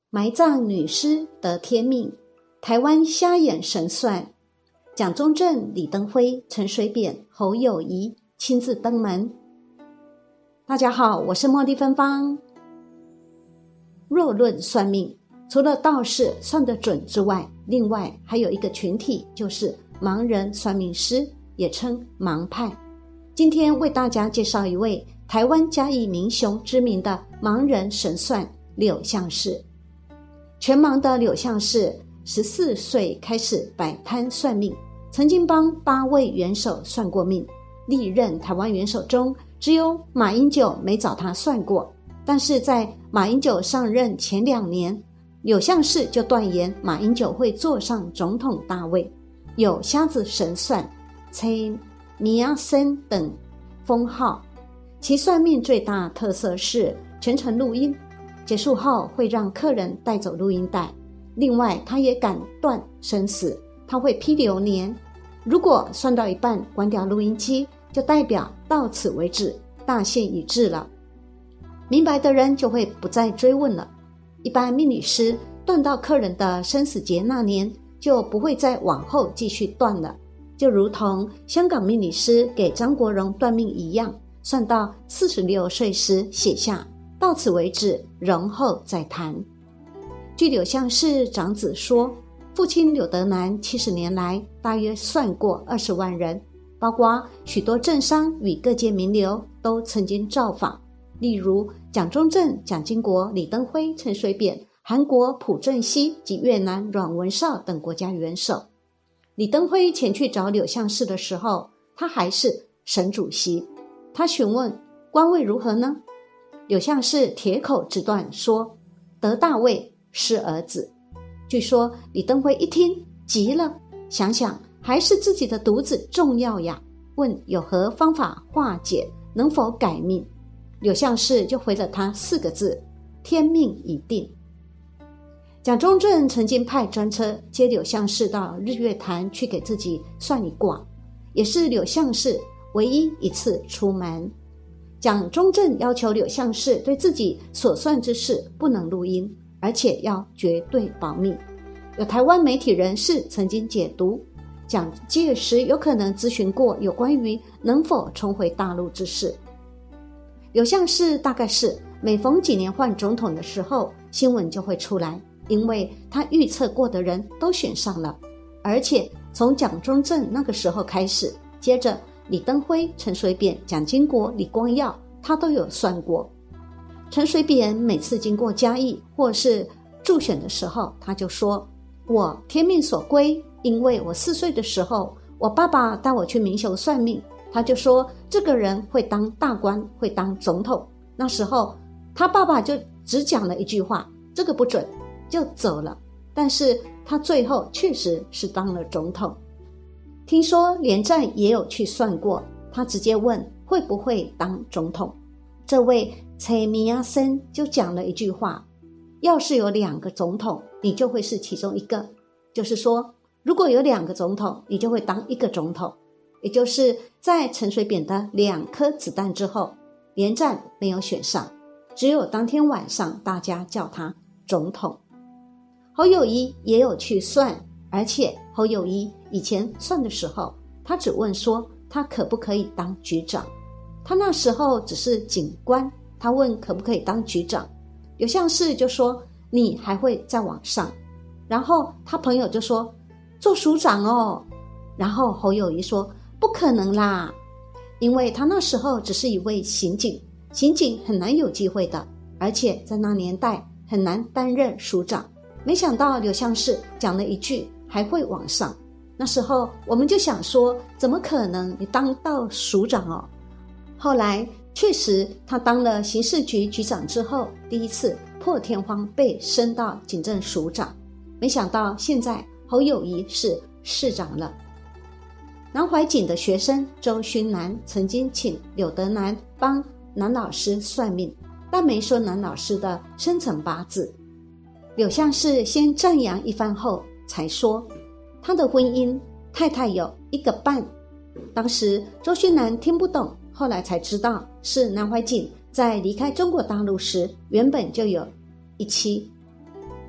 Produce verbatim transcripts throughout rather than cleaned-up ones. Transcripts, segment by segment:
埋葬女尸得天命，台湾瞎眼神算。蒋中正、李登辉、陈水扁、侯友宜亲自登门。大家好，我是茉莉芬芳。若论算命，除了道士算得准之外，另外还有一个群体，就是盲人算命师，也称盲派。今天为大家介绍一位台湾嘉义民雄知名的盲人神算柳相士。全盲的柳相士十四岁开始摆摊算命，曾经帮八位元首算过命，历任台湾元首中只有马英九没找他算过。但是在马英九上任前两年，柳相士就断言马英九会坐上总统大位，有瞎子神算、崔米亚森等封号。其算命最大特色是全程录音，结束后会让客人带走录音带。另外他也敢断生死，他会批流年，如果算到一半关掉录音机，就代表到此为止，大限已至了。明白的人就会不再追问了。一般命理师断到客人的生死劫那年，就不会再往后继续断了，就如同香港命理师给张国荣断命一样，算到四十六岁时写下到此为止，容后再谈。据柳相士长子说，父亲柳德南七十年来大约算过二十万人，包括许多政商与各界名流都曾经造访，例如蒋中正、蒋经国、李登辉、陈水扁、韩国朴正熙及越南阮文绍等国家元首。李登辉前去找柳相士的时候，他还是省主席，他询问官位如何呢？柳相士铁口直断说，得大位是儿子。据说李登辉一听急了，想想还是自己的独子重要呀，问有何方法化解，能否改命。柳相士就回了他四个字：天命已定。蒋中正曾经派专车接柳相士到日月潭去给自己算一卦，也是柳相士唯一一次出门。蒋中正要求柳相士对自己所算之事不能录音，而且要绝对保密。有台湾媒体人士曾经解读，蒋介石有可能咨询过有关于能否重回大陆之事。柳相士大概是每逢几年换总统的时候，新闻就会出来，因为他预测过的人都选上了，而且从蒋中正那个时候开始，接着李登辉、陈水扁、蒋经国、李光耀，他都有算过。陈水扁每次经过嘉义或是助选的时候，他就说，我天命所归，因为我四岁的时候，我爸爸带我去民雄算命，他就说这个人会当大官，会当总统。那时候他爸爸就只讲了一句话，这个不准，就走了。但是他最后确实是当了总统。听说连战也有去算过，他直接问会不会当总统。这位崔米亚森就讲了一句话，要是有两个总统，你就会是其中一个。就是说，如果有两个总统，你就会当一个总统。也就是在陈水扁的两颗子弹之后，连战没有选上，只有当天晚上大家叫他总统。侯友宜也有去算，而且侯友宜以前算的时候，他只问说他可不可以当局长，他那时候只是警官，他问可不可以当局长，柳相士就说你还会再往上，然后他朋友就说做署长哦，然后侯友宜说不可能啦，因为他那时候只是一位刑警，刑警很难有机会的，而且在那年代很难担任署长。没想到柳相士讲了一句还会往上，那时候我们就想说怎么可能你当到署长哦。后来确实他当了刑事局局长之后，第一次破天荒被升到警政署长。没想到现在侯友宜是市长了。南怀瑾的学生周勋南曾经请柳德南帮南老师算命，但没说南老师的生辰八字。柳相士先赞扬一番后才说，他的婚姻太太有一个半。当时周勋南听不懂，后来才知道是南怀瑾在离开中国大陆时原本就有一妻。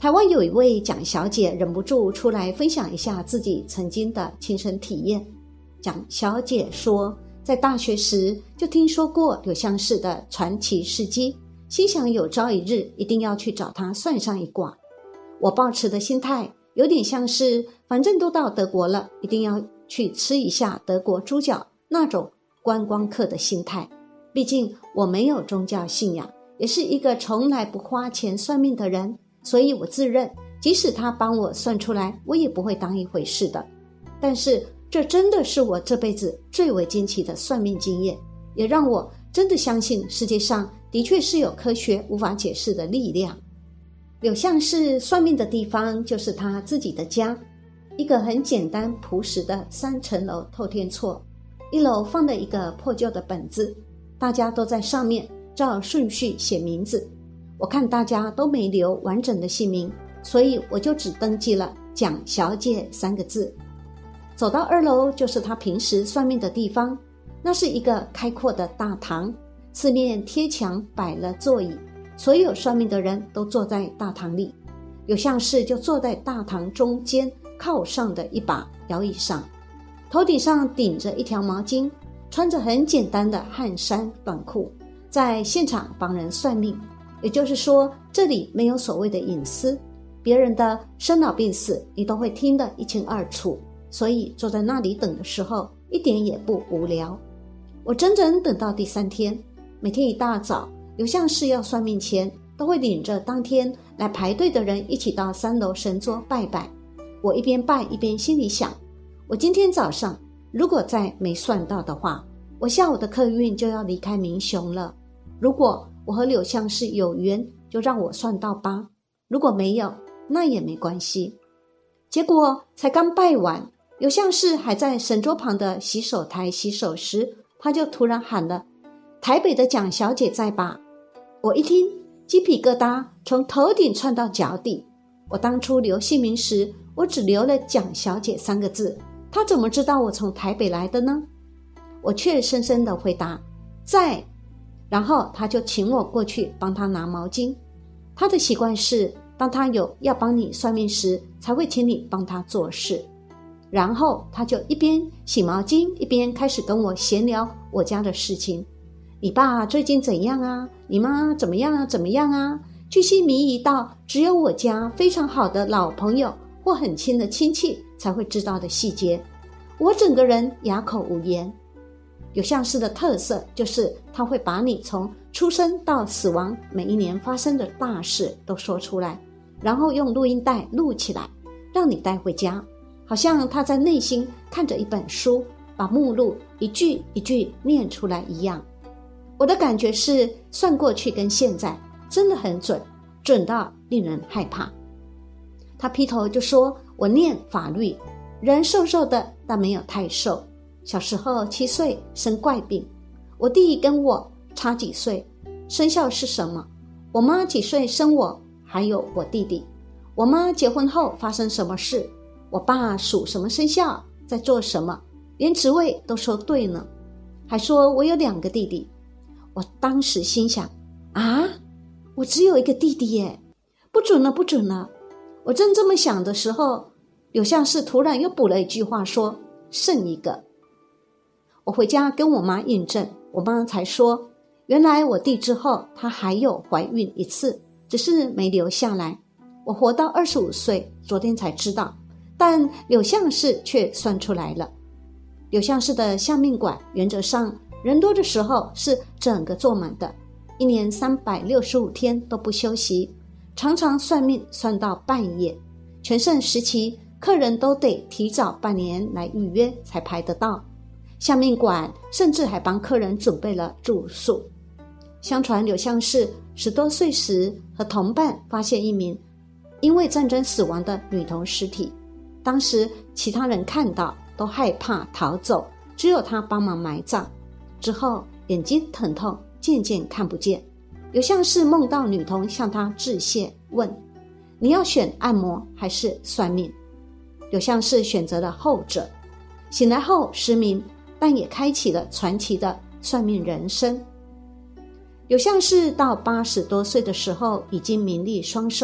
台湾有一位蒋小姐忍不住出来分享一下自己曾经的亲身体验。蒋小姐说，在大学时就听说过柳相士的传奇事迹，心想有朝一日一定要去找他算上一卦。我抱持的心态有点像是反正都到德国了，一定要去吃一下德国猪脚那种观光客的心态。毕竟我没有宗教信仰，也是一个从来不花钱算命的人，所以我自认即使他帮我算出来，我也不会当一回事的。但是这真的是我这辈子最为惊奇的算命经验，也让我真的相信世界上的确是有科学无法解释的力量。柳相士算命的地方就是他自己的家，一个很简单朴实的三层楼透天厝，一楼放了一个破旧的本子，大家都在上面照顺序写名字。我看大家都没留完整的姓名，所以我就只登记了蒋小姐三个字。走到二楼就是他平时算命的地方，那是一个开阔的大堂，四面贴墙摆了座椅，所有算命的人都坐在大堂里。柳相士就坐在大堂中间靠上的一把摇椅上，头顶上顶着一条毛巾，穿着很简单的汗衫短裤，在现场帮人算命。也就是说，这里没有所谓的隐私，别人的生老病死你都会听得一清二楚，所以坐在那里等的时候一点也不无聊。我整整等到第三天，每天一大早柳相士要算命前，都会领着当天来排队的人一起到三楼神桌拜拜。我一边拜一边心里想，我今天早上如果再没算到的话，我下午的客运就要离开民雄了。如果我和柳相士有缘，就让我算到吧，如果没有，那也没关系。结果才刚拜完，柳相士还在神桌旁的洗手台洗手时，他就突然喊了，台北的蒋小姐在吧？我一听，鸡皮疙瘩从头顶窜到脚底。我当初留姓名时，我只留了蒋小姐三个字，他怎么知道我从台北来的呢？我却深深地回答，在。然后他就请我过去帮他拿毛巾。他的习惯是，当他有要帮你算命时，才会请你帮他做事。然后他就一边洗毛巾，一边开始跟我闲聊我家的事情。你爸最近怎样啊？你妈怎么样啊？怎么样啊？巨细靡遗到只有我家非常好的老朋友或很亲的亲戚才会知道的细节。我整个人哑口无言。柳相士的特色就是他会把你从出生到死亡每一年发生的大事都说出来，然后用录音带录起来，让你带回家，好像他在内心看着一本书，把目录一句一句念出来一样。我的感觉是，算过去跟现在真的很准，准到令人害怕。他劈头就说，我念法律，人瘦瘦的，但没有太瘦。小时候七岁生怪病，我弟跟我差几岁，生肖是什么？我妈几岁生我，还有我弟弟。我妈结婚后发生什么事？我爸属什么生肖，在做什么？连职位都说对呢，还说我有两个弟弟。我当时心想，啊，我只有一个弟弟耶，不准了不准了。我正这么想的时候，柳相士突然又补了一句话说，剩一个。我回家跟我妈印证，我妈才说，原来我弟之后她还有怀孕一次，只是没留下来。我活到二十五岁，昨天才知道，但柳相士却算出来了。柳相士的相命馆原则上人多的时候是整个坐满的，一年三百六十五天都不休息，常常算命算到半夜。全盛时期客人都得提早半年来预约才排得到，相命馆甚至还帮客人准备了住宿。相传柳相士十多岁时和同伴发现一名因为战争死亡的女童尸体，当时其他人看到都害怕逃走，只有他帮忙埋葬。之后眼睛疼痛，渐渐看不见。柳相士梦到女童向他致谢，问，你要选按摩还是算命？柳相士选择了后者。醒来后失明，但也开启了传奇的算命人生。柳相士到八十多岁的时候已经名利双收，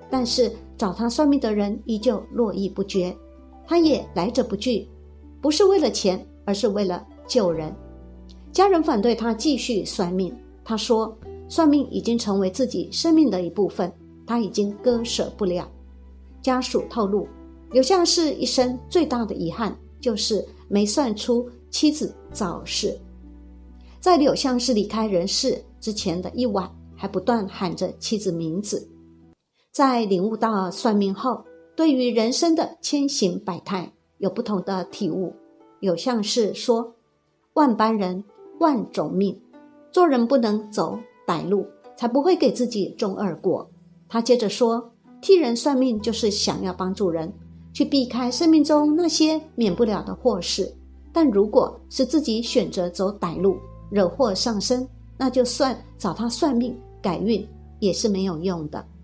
但是找他算命的人依旧络绎不绝，他也来者不拒，不是为了钱，而是为了救人。家人反对他继续算命，他说算命已经成为自己生命的一部分，他已经割舍不了。家属透露，柳相氏一生最大的遗憾就是没算出妻子早逝。在柳相氏离开人世之前的一晚，还不断喊着妻子名字。在领悟到算命后，对于人生的千形百态有不同的体悟。柳相氏说，万般人万种命，做人不能走歹路，才不会给自己种恶果。他接着说，替人算命就是想要帮助人，去避开生命中那些免不了的祸事，但如果是自己选择走歹路，惹祸上身，那就算找他算命改运也是没有用的。